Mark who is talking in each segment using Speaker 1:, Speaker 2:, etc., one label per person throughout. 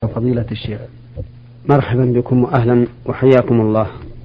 Speaker 1: فضيلة الشيخ.
Speaker 2: مرحبا بكم وأهلا وحياكم الله.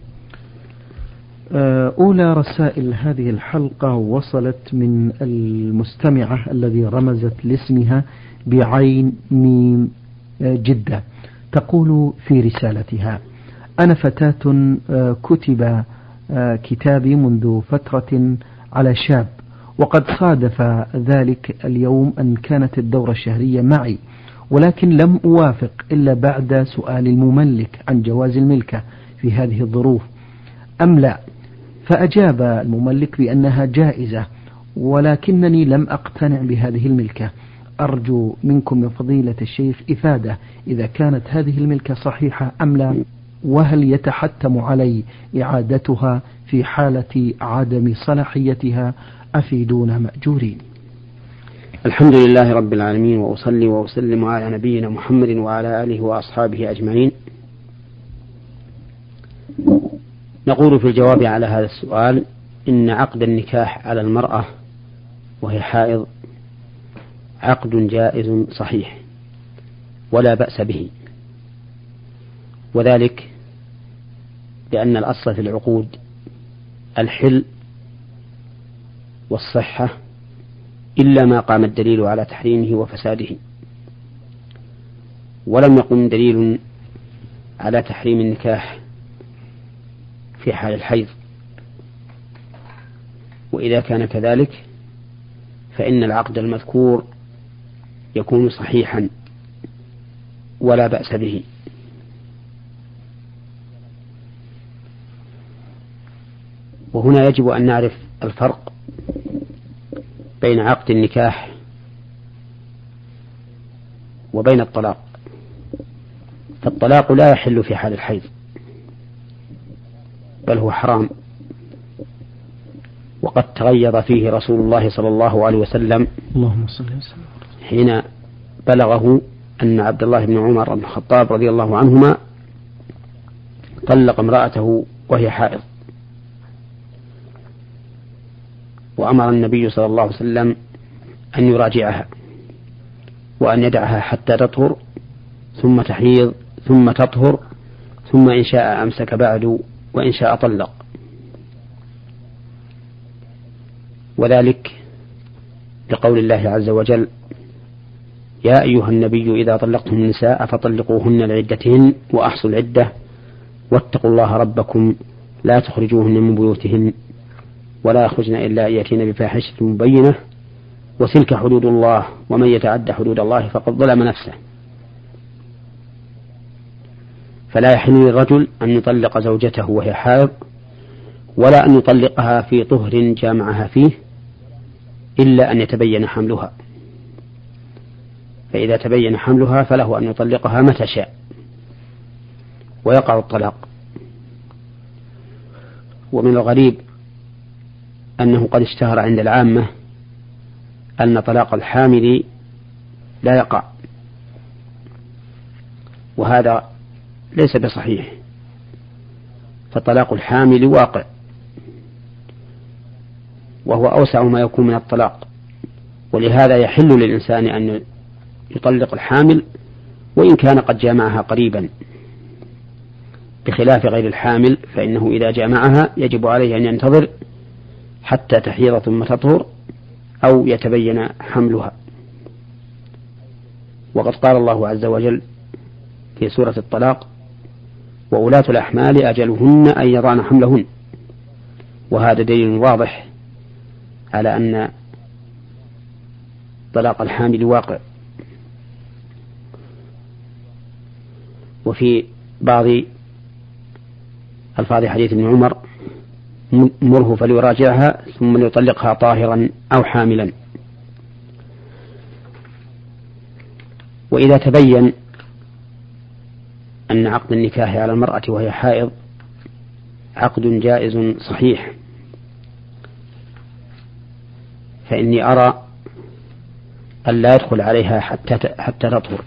Speaker 1: أولى رسائل هذه الحلقة وصلت من المستمعة الذي رمزت لاسمها بعين ميم جدة. تقول في رسالتها: أنا فتاة كتب كتابي منذ فترة على شاب، وقد صادف ذلك اليوم أن كانت الدورة الشهرية معي، ولكن لم أوافق إلا بعد سؤال المملك عن جواز الملكة في هذه الظروف أم لا، فأجاب المملك بأنها جائزة، ولكنني لم أقتنع بهذه الملكة. أرجو منكم من فضيلة الشيخ إفادة إذا كانت هذه الملكة صحيحة أم لا، وهل يتحتم علي إعادتها في حالة عدم صلاحيتها؟ أفيدونا مأجورين.
Speaker 2: الحمد لله رب العالمين، وأصلي وأسلم على نبينا محمد وعلى آله وأصحابه أجمعين. نقول في الجواب على هذا السؤال: إن عقد النكاح على المرأة وهي حائض عقد جائز صحيح ولا بأس به، وذلك لأن الأصل في العقود الحل والصحة، إلا ما قام الدليل على تحريمه وفساده، ولم يقم دليل على تحريم النكاح في حال الحيض. وإذا كان كذلك فإن العقد المذكور يكون صحيحا ولا بأس به. وهنا يجب أن نعرف الفرق بين عقد النكاح وبين الطلاق. فالطلاق لا يحل في حال الحيض، بل هو حرام، وقد تغيظ فيه رسول الله صلى الله عليه وسلم حين بلغه أن عبد الله بن عمر بن الخطاب رضي الله عنهما طلق امرأته وهي حائض، وأمر النبي صلى الله عليه وسلم أن يراجعها وأن يدعها حتى تطهر ثم تحيض ثم تطهر، ثم إن شاء أمسك بعد وإن شاء طلق. وذلك لقول الله عز وجل: يا أيها النبي إذا طلقتم النساء فطلقوهن لعدتهن وأحصوا العدة واتقوا الله ربكم لا تخرجوهن من بيوتهن ولا يخرجن إلا أن يأتين بفاحشة مبينة وتلك حدود الله ومن يتعد حدود الله فقد ظلم نفسه. فلا يحل للرجل أن يطلق زوجته وهي حائض، ولا أن يطلقها في طهر جامعها فيه، إلا أن يتبين حملها، فإذا تبين حملها فله أن يطلقها متى شاء ويقع الطلاق. ومن الغريب أنه قد اشتهر عند العامة أن طلاق الحامل لا يقع، وهذا ليس بصحيح، فطلاق الحامل واقع، وهو أوسع ما يكون من الطلاق، ولهذا يحل للإنسان أن يطلق الحامل وإن كان قد جامعها قريبا، بخلاف غير الحامل فإنه إذا جامعها يجب عليه أن ينتظر حتى تحيض ثم تطهر أو يتبين حملها. وقد قال الله عز وجل في سورة الطلاق: وأولاة الأحمال أجلهن أن يضعن حملهن. وهذا دليل واضح على أن طلاق الحامل واقع. وفي بعض ألفاظ حديث ابن عمر: مره فليراجعها ثم ليطلقها طاهرا أو حاملا. وإذا تبين أن عقد النكاح على المرأة وهي حائض عقد جائز صحيح، فإني أرى أن لا يدخل عليها حتى تطهر،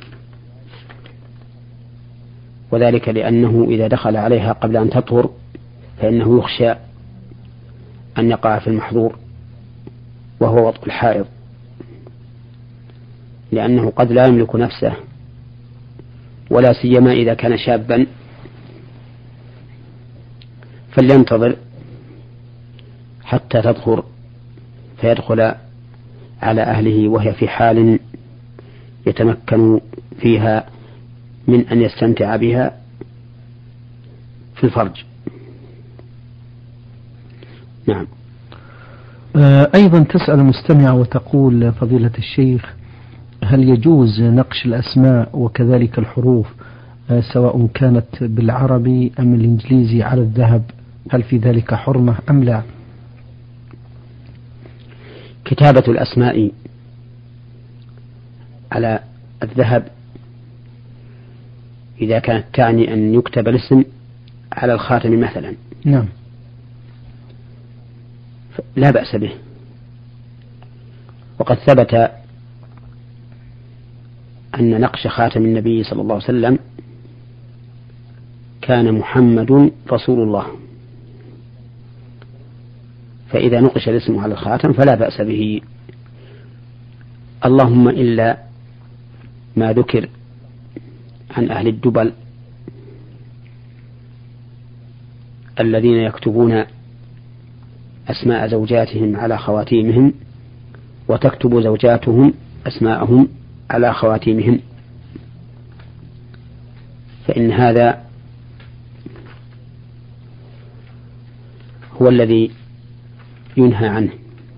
Speaker 2: وذلك لأنه إذا دخل عليها قبل أن تطهر فإنه يخشى أن يقع في المحظور وهو وطء الحائض، لأنه قد لا يملك نفسه ولا سيما إذا كان شابا فلينتظر حتى تطهر فيدخل على أهله وهي في حال يتمكن فيها من أن يستمتع بها في الفرج. نعم.
Speaker 1: أيضا تسأل المستمع وتقول فضيلة الشيخ: هل يجوز نقش الأسماء وكذلك الحروف سواء كانت بالعربي أم الإنجليزي على الذهب؟ هل في ذلك حرمة أم لا؟
Speaker 2: كتابة الأسماء على الذهب إذا كانت تعني أن يكتب الاسم على الخاتم مثلا،
Speaker 1: نعم،
Speaker 2: لا بأس به. وقد ثبت أن نقش خاتم النبي صلى الله عليه وسلم كان محمد رسول الله، فإذا نقش الاسم على الخاتم فلا بأس به. اللهم إلا ما ذكر عن أهل الدبل الذين يكتبون أسماء زوجاتهم على خواتيمهم وتكتب زوجاتهم أسماءهم على خواتيمهم، فإن هذا هو الذي ينهى عنه،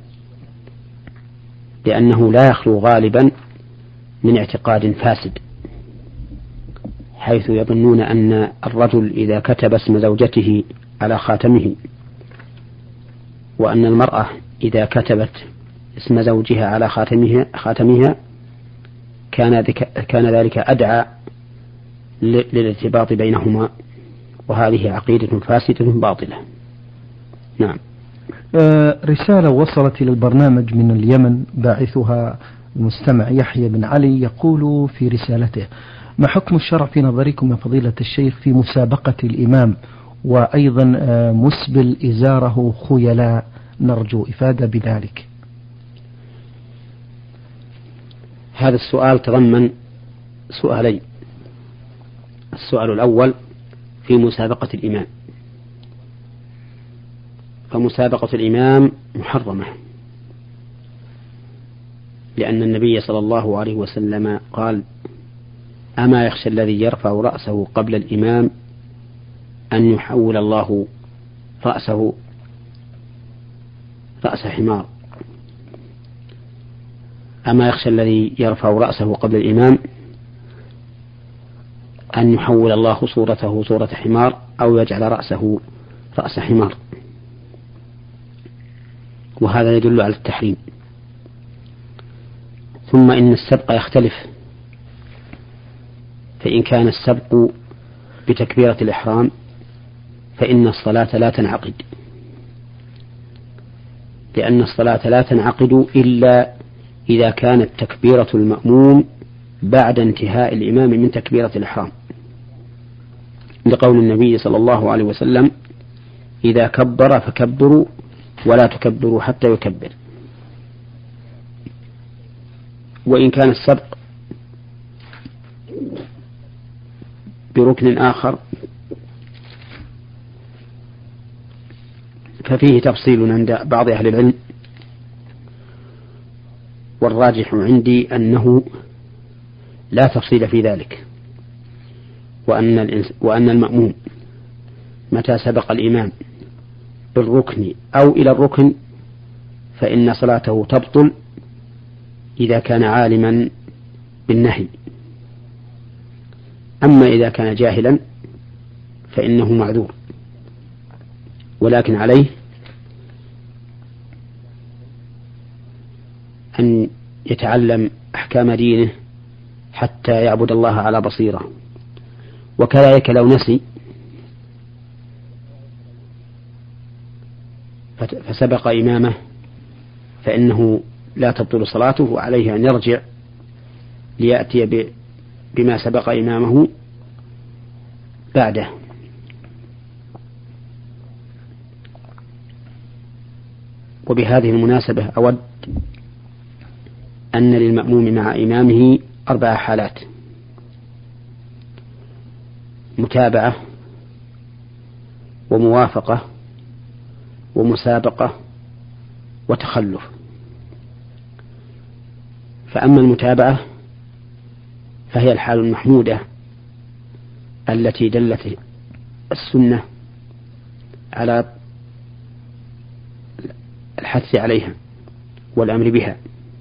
Speaker 2: لأنه لا يخلو غالبا من اعتقاد فاسد، حيث يظنون أن الرجل إذا كتب اسم زوجته على خاتمه وأن المرأة إذا كتبت اسم زوجها على خاتمها كان ذلك أدعى للارتباط بينهما، وهذه عقيدة فاسدة باطلة. نعم.
Speaker 1: رسالة وصلت إلى البرنامج من اليمن، باعثها المستمع يحيى بن علي، يقول في رسالته: ما حكم الشرع في نظركم يا فضيلة الشيخ في مسابقة الإمام وأيضا مسبل إزاره خيلاء؟ نرجو إفادة بذلك.
Speaker 2: هذا السؤال تضمن سؤالين. السؤال الأول في مسابقة الإمام، فمسابقة الإمام محرمة، لأن النبي صلى الله عليه وسلم قال: أما يخشى الذي يرفع رأسه قبل الإمام أن يحول الله رأسه رأس حمار. أما يخشى الذي يرفع رأسه قبل الإمام أن يحول الله صورته صورة حمار أو يجعل رأسه رأس حمار، وهذا يدل على التحريم. ثم إن السبق يختلف، فإن كان السبق بتكبيرة الإحرام فإن الصلاة لا تنعقد، لأن الصلاة لا تنعقد إلا إذا كانت تكبيرة المأموم بعد انتهاء الإمام من تكبيرة الإحرام، لقول النبي صلى الله عليه وسلم: إذا كبر فكبروا ولا تكبروا حتى يكبر. وإن كان السبق بركن آخر ففيه تفصيل عند بعض أهل العلم، والراجح عندي أنه لا تفصيل في ذلك، وأن المأموم متى سبق الإمام بالركن أو إلى الركن فإن صلاته تبطل إذا كان عالما بالنهي. أما إذا كان جاهلا فإنه معذور، ولكن عليه أن يتعلم أحكام دينه حتى يعبد الله على بصيرة. وكذلك لو نسي فسبق إمامه فإنه لا تبطل صلاته، وعليه أن يرجع ليأتي بما سبق إمامه بعده. وبهذه المناسبة أود أن للمأموم مع إمامه 4 حالات. متابعة وموافقة ومسابقة وتخلف. فأما المتابعة فهي الحال المحمودة التي دلت السنة على الحث عليها والأمر بها،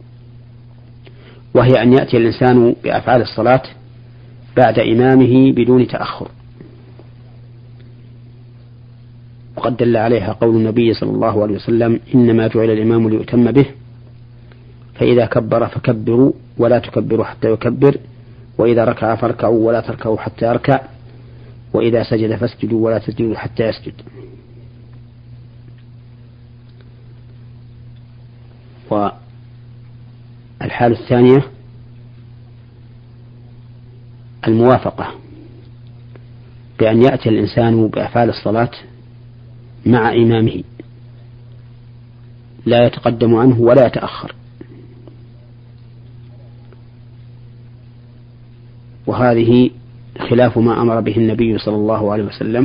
Speaker 2: وهي أن يأتي الإنسان بأفعال الصلاة بعد إمامه بدون تأخر، وقد دل عليها قول النبي صلى الله عليه وسلم: إنما جعل الإمام ليؤتم به، فإذا كبر فكبروا ولا تكبروا حتى يكبر، وإذا ركع فاركعوا ولا تركعوا حتى يركع، وإذا سجد فاسجدوا ولا تسجدوا حتى يسجد. والحال الثانية الموافقة، بأن يأتي الإنسان بأفعال الصلاة مع إمامه لا يتقدم عنه ولا يتأخر، وهذه خلاف ما أمر به النبي صلى الله عليه وسلم.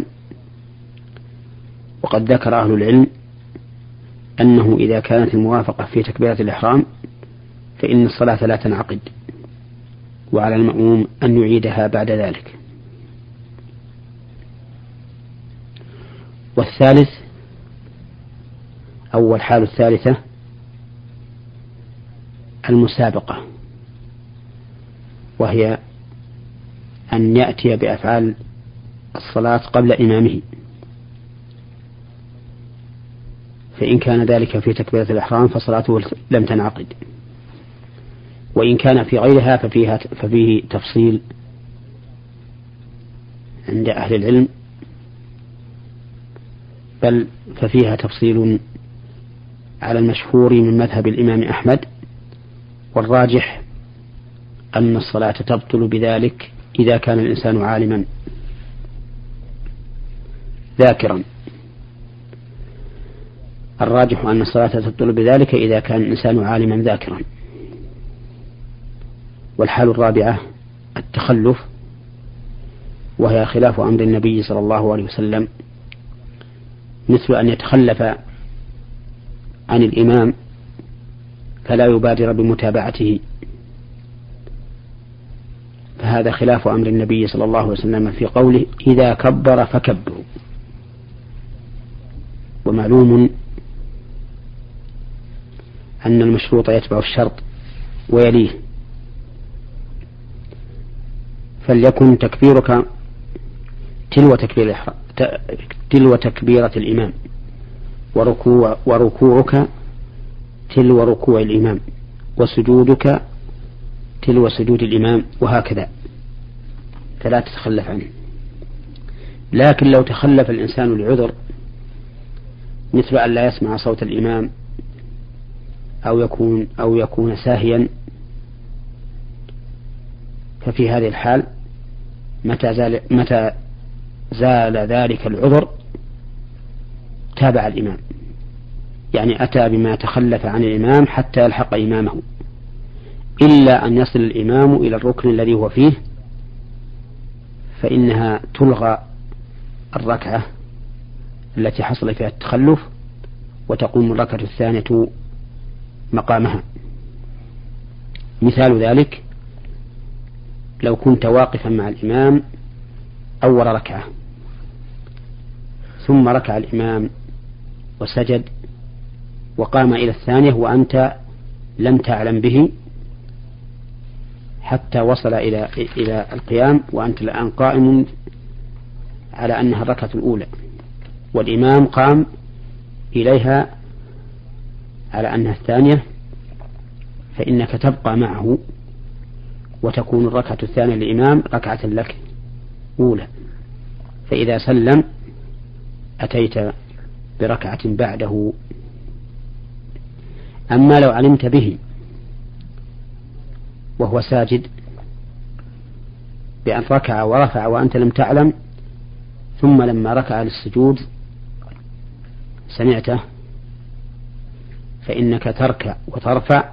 Speaker 2: وقد ذكر أهل العلم أنه إذا كانت الموافقة في تكبيرة الإحرام فإن الصلاة لا تنعقد، وعلى المأموم أن يعيدها بعد ذلك. والثالث أو الحال الثالثة المسابقة، وهي أن يأتي بأفعال الصلاة قبل إمامه، فإن كان ذلك في تكبيرة الإحرام فصلاته لم تنعقد، وإن كان في غيرها ففيه تفصيل عند أهل العلم، بل ففيها تفصيل على المشهور من مذهب الإمام أحمد، والراجح أن الصلاة تبطل بذلك إذا كان الإنسان عالما ذاكرا. الراجح أن الصلاة تبطل بذلك إذا كان الإنسان عالما ذاكرا. والحال الرابعة التخلف، وهي خلاف أمر النبي صلى الله عليه وسلم، مثل أن يتخلف عن الإمام فلا يبادر بمتابعته، فهذا خلاف أمر النبي صلى الله عليه وسلم في قوله: إذا كبر فكبروا. ومعلوم أن المشروط يتبع الشرط ويليه، فليكن تكبيرك تلو تكبيرة الإمام، وركوعك تلو ركوع الإمام، وسجودك تلو سجود الإمام، وهكذا، فلا تتخلف عنه. لكن لو تخلف الإنسان لعذر، مثل أن لا يسمع صوت الإمام أو يكون ساهيا، ففي هذه الحال متى زال ذلك العذر تابع الإمام، يعني أتى بما تخلف عن الإمام حتى يلحق إمامه، إلا أن يصل الإمام إلى الركن الذي هو فيه، فإنها تلغى الركعة التي حصل فيها التخلف، وتقوم الركعة الثانية مقامها. مثال ذلك: لو كنت واقفا مع الإمام أول ركعة، ثم ركع الإمام وسجد وقام إلى الثانية وأنت لم تعلم به حتى وصل إلى القيام، وأنت الآن قائم على أنها الركعة الأولى، والإمام قام إليها على أنها الثانية، فإنك تبقى معه وتكون الركعة الثانية للإمام ركعة لك أولى، فإذا سلم أتيت بركعة بعده. أما لو علمت به وهو ساجد بأن ركع ورفع وأنت لم تعلم، ثم لما ركع للسجود سمعته، فإنك تركع وترفع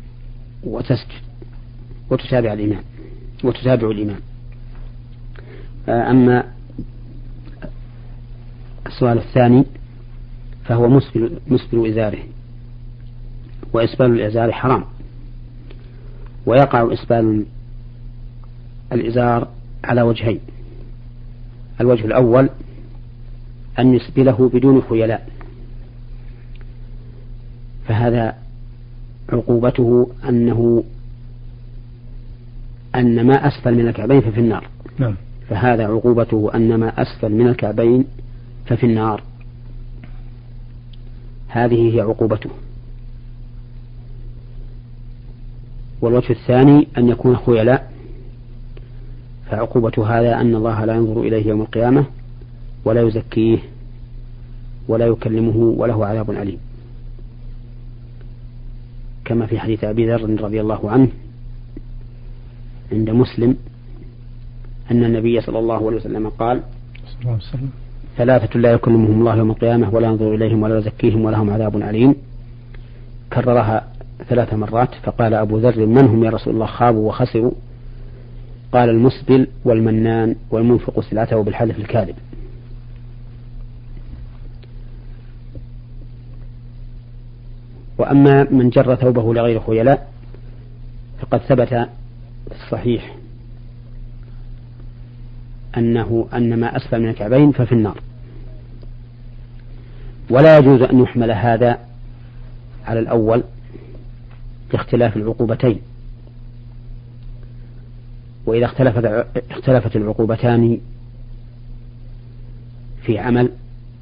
Speaker 2: وتسجد وتتابع الإمام. أما السؤال الثاني فهو مسبل إزاره، وإسبال الإزار حرام، ويقع إسبال الإزار على وجهين. الوجه الأول أن يسبله بدون خيلاء، فهذا عقوبته أن ما أسفل من الكعبين ففي النار.
Speaker 1: نعم.
Speaker 2: فهذا عقوبته أن ما أسفل من الكعبين ففي النار، هذه هي عقوبته. والوجه الثاني أن يكون خيلاء، فعقوبة هذا أن الله لا ينظر إليه يوم القيامة ولا يزكيه ولا يكلمه وله عذاب أليم، كما في حديث أبي ذر رضي الله عنه عند مسلم أن النبي صلى الله عليه وسلم قال: ثلاثة لا يكلمهم الله يوم القيامة ولا ينظر إليهم ولا يزكيهم ولهم عذاب أليم. كررها 3 مرات، فقال أبو ذر: من هم يا رسول الله؟ خابوا وخسروا. قال: المسبل والمنان والمنفق سلعته بالحلف الكاذب. وأما من جر ثوبه لغير خيلاء فقد ثبت في الصحيح أن ما أسفل من الكعبين ففي النار، ولا يجوز أن يحمل هذا على الأول لاختلاف العقوبتين. وإذا اختلفت العقوبتان في عمل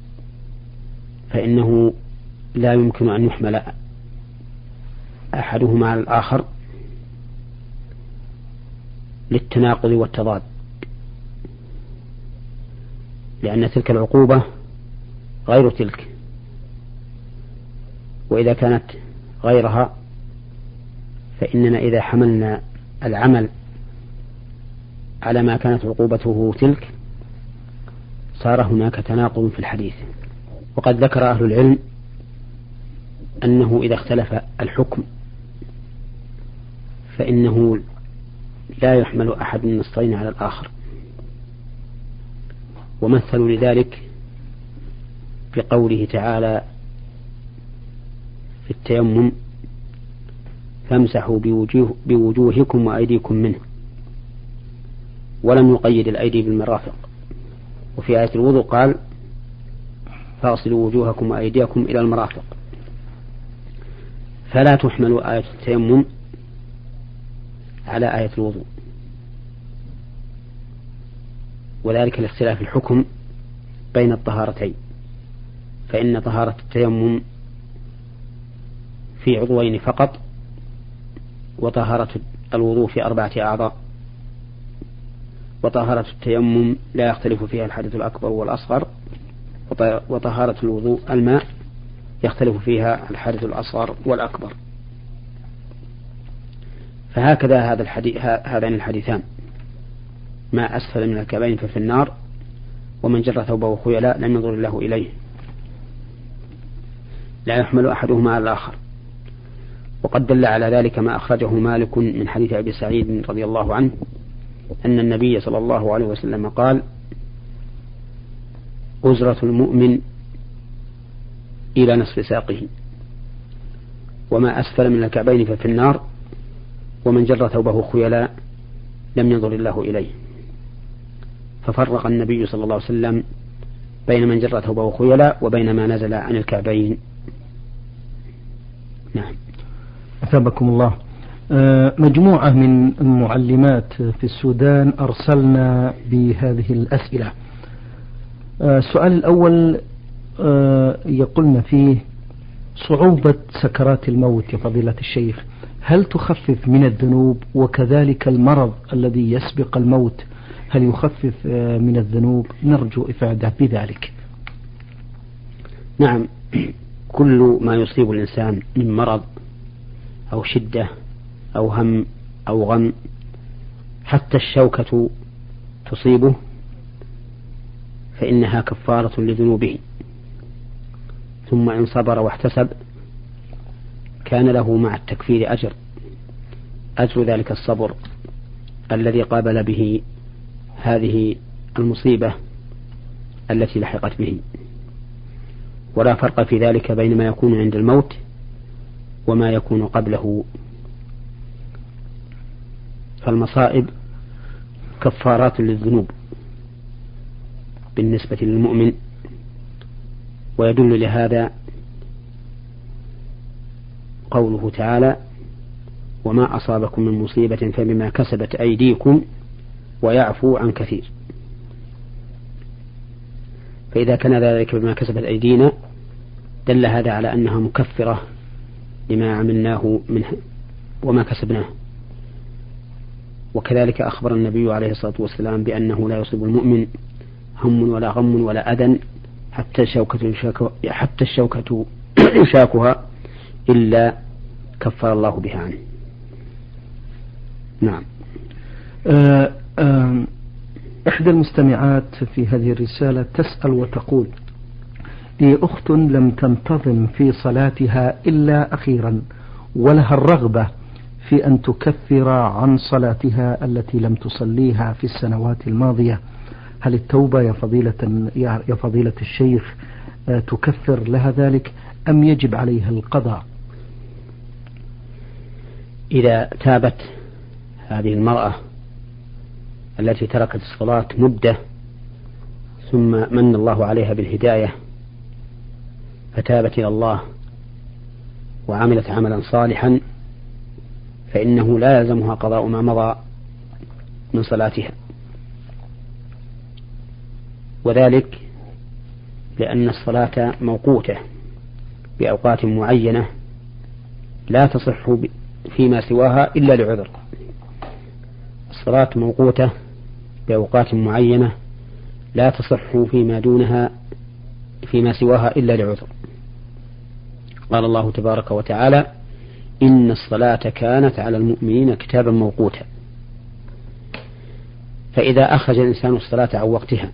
Speaker 2: فإنه لا يمكن أن يحمل أحدهما على الآخر للتناقض والتضاد، لأن تلك العقوبة غير تلك، وإذا كانت غيرها فإننا إذا حملنا العمل على ما كانت عقوبته تلك صار هناك تناقض في الحديث. وقد ذكر أهل العلم أنه إذا اختلف الحكم فإنه لا يحمل أحد من النصين على الآخر، ومثلوا لذلك بقوله تعالى في التيمم: فامسحوا بوجوهكم وأيديكم منه، ولم يقيد الأيدي بالمرافق. وفي آية الوضوء قال: فاغسلوا وجوهكم وأيديكم إلى المرافق. فلا تحمل آية التيمم على آية الوضوء، وذلك لاختلاف الحكم بين الطهارتين، فإن طهارة التيمم في عضوين فقط، وطهارة الوضوء في 4 أعضاء. وطهارة التيمم لا يختلف فيها الحدث الأكبر والأصغر، وطهارة الوضوء الماء يختلف فيها الحدث الأصغر والأكبر. فهكذا هذان الحديثان: ما أسفل من الكعبين ففي النار، ومن جر ثوبه خيلاء لم ينظر الله إليه، لا يحمل أحدهما على الآخر. وقد دل على ذلك ما أخرجه مالك من حديث أبي سعيد رضي الله عنه أن النبي صلى الله عليه وسلم قال: أزرة المؤمن إلى نصف ساقه، وما أسفل من الكعبين ففي النار، ومن جر ثوبه خيلاء لم ينظر الله إليه. ففرق النبي صلى الله عليه وسلم بين من جر ثوبه خيلاء وبين ما نزل عن الكعبين. نعم.
Speaker 1: أثابكم الله. مجموعة من المعلمات في السودان أرسلنا بهذه الأسئلة. السؤال الأول يقولن فيه: صعوبة سكرات الموت يا فضيلة الشيخ، هل تخفف من الذنوب؟ وكذلك المرض الذي يسبق الموت هل يخفف من الذنوب؟ نرجو إفادة بذلك.
Speaker 2: نعم، كل ما يصيب الإنسان من مرض أو شدة أو هم أو غم، حتى الشوكة تصيبه، فإنها كفارة لذنوبه، ثم إن صبر واحتسب كان له مع التكفير أجر ذلك الصبر الذي قابل به هذه المصيبة التي لحقت به، ولا فرق في ذلك بين ما يكون عند الموت وما يكون قبله. فالمصائب كفارات للذنوب بالنسبة للمؤمن، ويدل لهذا قوله تعالى: وما أصابكم من مصيبة فبما كسبت أيديكم ويعفو عن كثير. فإذا كان ذلك بما كسبت أيدينا دل هذا على أنها مكفرة لما عملناه منها وما كسبناه. وكذلك أخبر النبي عليه الصلاة والسلام بأنه لا يصيب المؤمن هم ولا غم ولا أذى حتى الشوكة يشاكها إلا كفر الله بها عنه. نعم.
Speaker 1: إحدى المستمعات في هذه الرسالة تسأل وتقول: لي أخت لم تنتظم في صلاتها إلا أخيرا، ولها الرغبة في أن تكفر عن صلاتها التي لم تصليها في السنوات الماضية. هل التوبة يا فضيلة الشيخ تكفر لها ذلك أم يجب عليها القضاء؟
Speaker 2: إذا تابت هذه المرأة التي تركت الصلاة مدة ثم من الله عليها بالهداية فتابت إلى الله وعملت عملا صالحا فإنه لا يلزمها قضاء ما مضى من صلاتها، وذلك لأن الصلاة موقوتة بأوقات معينة لا تصح فيما سواها إلا لعذر. الصلاة موقوتة بأوقات معينة لا تصح فيما سواها إلا لعذر. قال الله تبارك وتعالى: إن الصلاة كانت على المؤمنين كتابا موقوتا. فإذا أخرج الإنسان الصلاة عن وقتها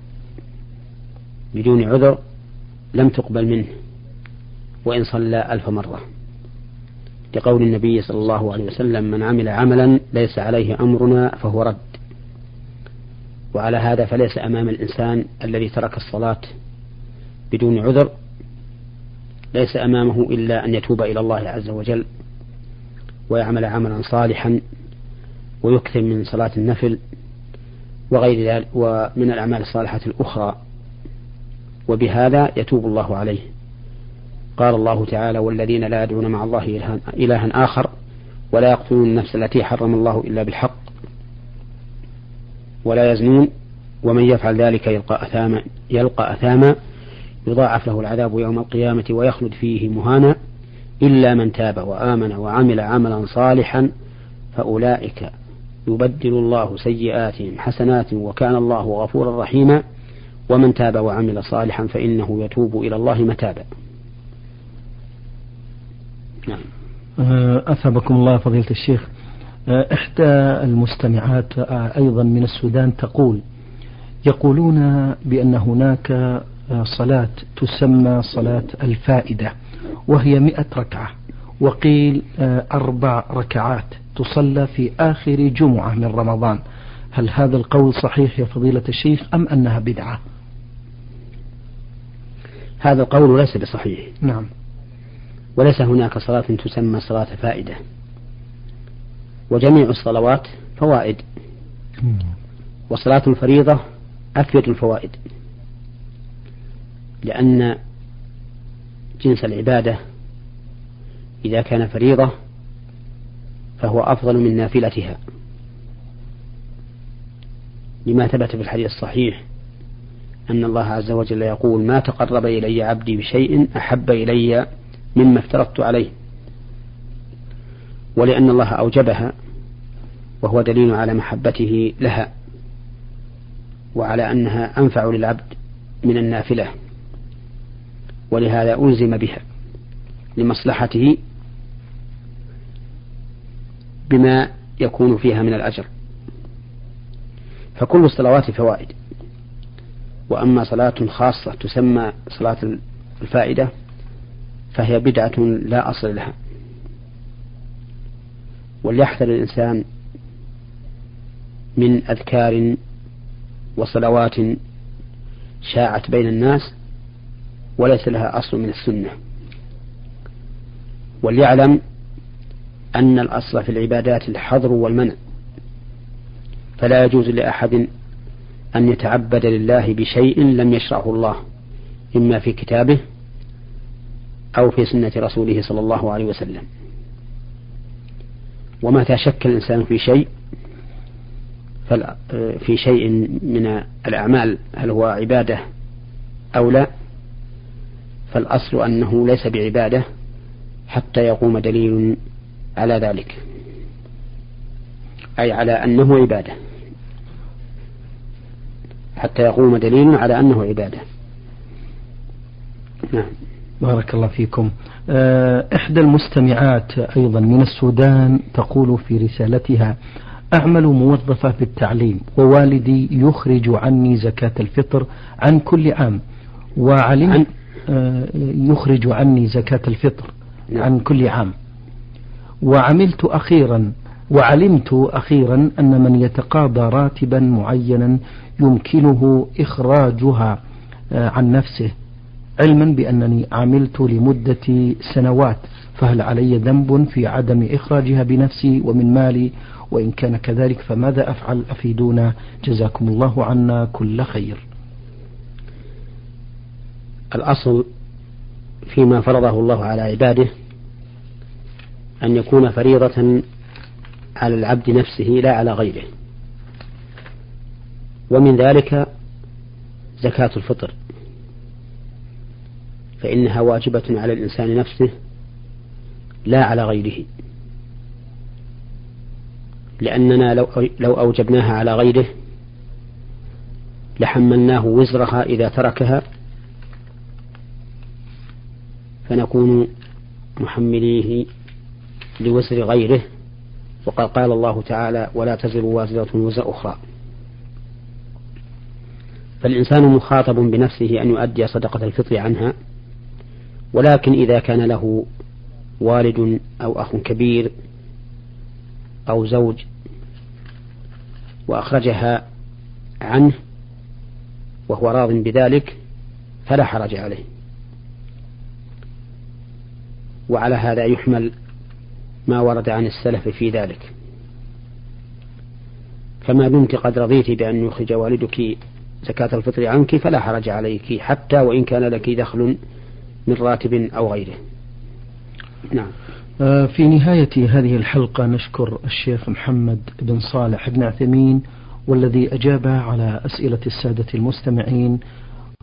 Speaker 2: بدون عذر لم تقبل منه وإن صلى 1000 مرة، لقول النبي صلى الله عليه وسلم: من عمل عملا ليس عليه أمرنا فهو رد. وعلى هذا فليس أمام الإنسان الذي ترك الصلاة بدون عذر ليس أمامه إلا أن يتوب إلى الله عز وجل ويعمل عملا صالحا ويكثر من صلاة النفل وغير ذلك ومن الأعمال الصالحة الأخرى، وبهذا يتوب الله عليه. قال الله تعالى: والذين لا يدعون مع الله إلها آخر ولا يقتلون النفس التي حرم الله إلا بالحق ولا يزنون ومن يفعل ذلك يلقى أثاما يضاعف له العذاب يوم القيامة ويخلد فيه مهانا إلا من تاب وآمن وعمل عملا صالحا فأولئك يبدل الله سيئاتهم حسنات وكان الله غفورا رحيما ومن تاب وعمل صالحا فإنه يتوب إلى الله متابا. نعم.
Speaker 1: أثابكم الله فضيلة الشيخ. إحدى المستمعات أيضا من السودان يقولون بأن هناك صلاة تسمى صلاة الفائدة وهي 100 ركعة، وقيل 4 ركعات تصلى في آخر جمعة من رمضان. هل هذا القول صحيح يا فضيلة الشيخ أم أنها بدعة؟
Speaker 2: هذا القول ليس بصحيح.
Speaker 1: نعم.
Speaker 2: وليس هناك صلاة تسمى صلاة فائدة، وجميع الصلوات فوائد، وصلاة الفريضة أفيد الفوائد، لأن جنس العبادة إذا كان فريضة فهو أفضل من نافلتها، لما ثبت في الحديث الصحيح أن الله عز وجل يقول: ما تقرب إلي عبدي بشيء أحب إلي مما افترضت عليه. ولأن الله أوجبها وهو دليل على محبته لها وعلى أنها أنفع للعبد من النافلة، ولهذا ألزم بها لمصلحته بما يكون فيها من الأجر. فكل الصلوات فوائد، وأما صلاة خاصة تسمى صلاة الفائدة فهي بدعة لا أصل لها. وليحذر الإنسان من أذكار وصلوات شاعت بين الناس وليس لها أصل من السنة. وليعلم أن الأصل في العبادات الحظر والمنع، فلا يجوز لأحد أن يتعبد لله بشيء لم يشرعه الله، إما في كتابه أو في سنة رسوله صلى الله عليه وسلم. ومتى شك الإنسان في شيء من الأعمال هل هو عبادة أو لا، فالأصل أنه ليس بعبادة حتى يقوم دليل على ذلك، أي على أنه عبادة، حتى يقوم دليل على أنه عبادة. نعم.
Speaker 1: بارك الله فيكم. إحدى المستمعات أيضا من السودان تقول في رسالتها: أعمل موظفة في التعليم، ووالدي يخرج عني زكاة الفطر عن كل عام، يخرج عني زكاة الفطر عن كل عام، وعلمت أخيرا أن من يتقاضى راتبا معينا يمكنه إخراجها عن نفسه، علما بأنني عملت لمدة سنوات، فهل علي ذنب في عدم إخراجها بنفسي ومن مالي؟ وإن كان كذلك فماذا أفعل؟ أفيدونا جزاكم الله عنا كل خير.
Speaker 2: الأصل فيما فرضه الله على عباده أن يكون فريضة على العبد نفسه لا على غيره، ومن ذلك زكاة الفطر، فإنها واجبة على الإنسان نفسه لا على غيره، لأننا لو أوجبناها على غيره لحملناه وزرها إذا تركها، فنكون محمليه لوزر غيره. وقد قال الله تعالى: ولا تزر وازرة وزر أخرى. فالإنسان مخاطب بنفسه أن يؤدي صدقة الفطر عنها، ولكن إذا كان له والد أو أخ كبير أو زوج وأخرجها عنه وهو راض بذلك فلا حرج عليه. وعلى هذا يحمل ما ورد عن السلف في ذلك، فما دمت قد رضيت بأن يخرج والدك زكاة الفطر عنك فلا حرج عليك، حتى وإن كان لك دخل من راتب أو غيره. نعم.
Speaker 1: في نهاية هذه الحلقة نشكر الشيخ محمد بن صالح بن عثيمين، والذي أجاب على أسئلة السادة المستمعين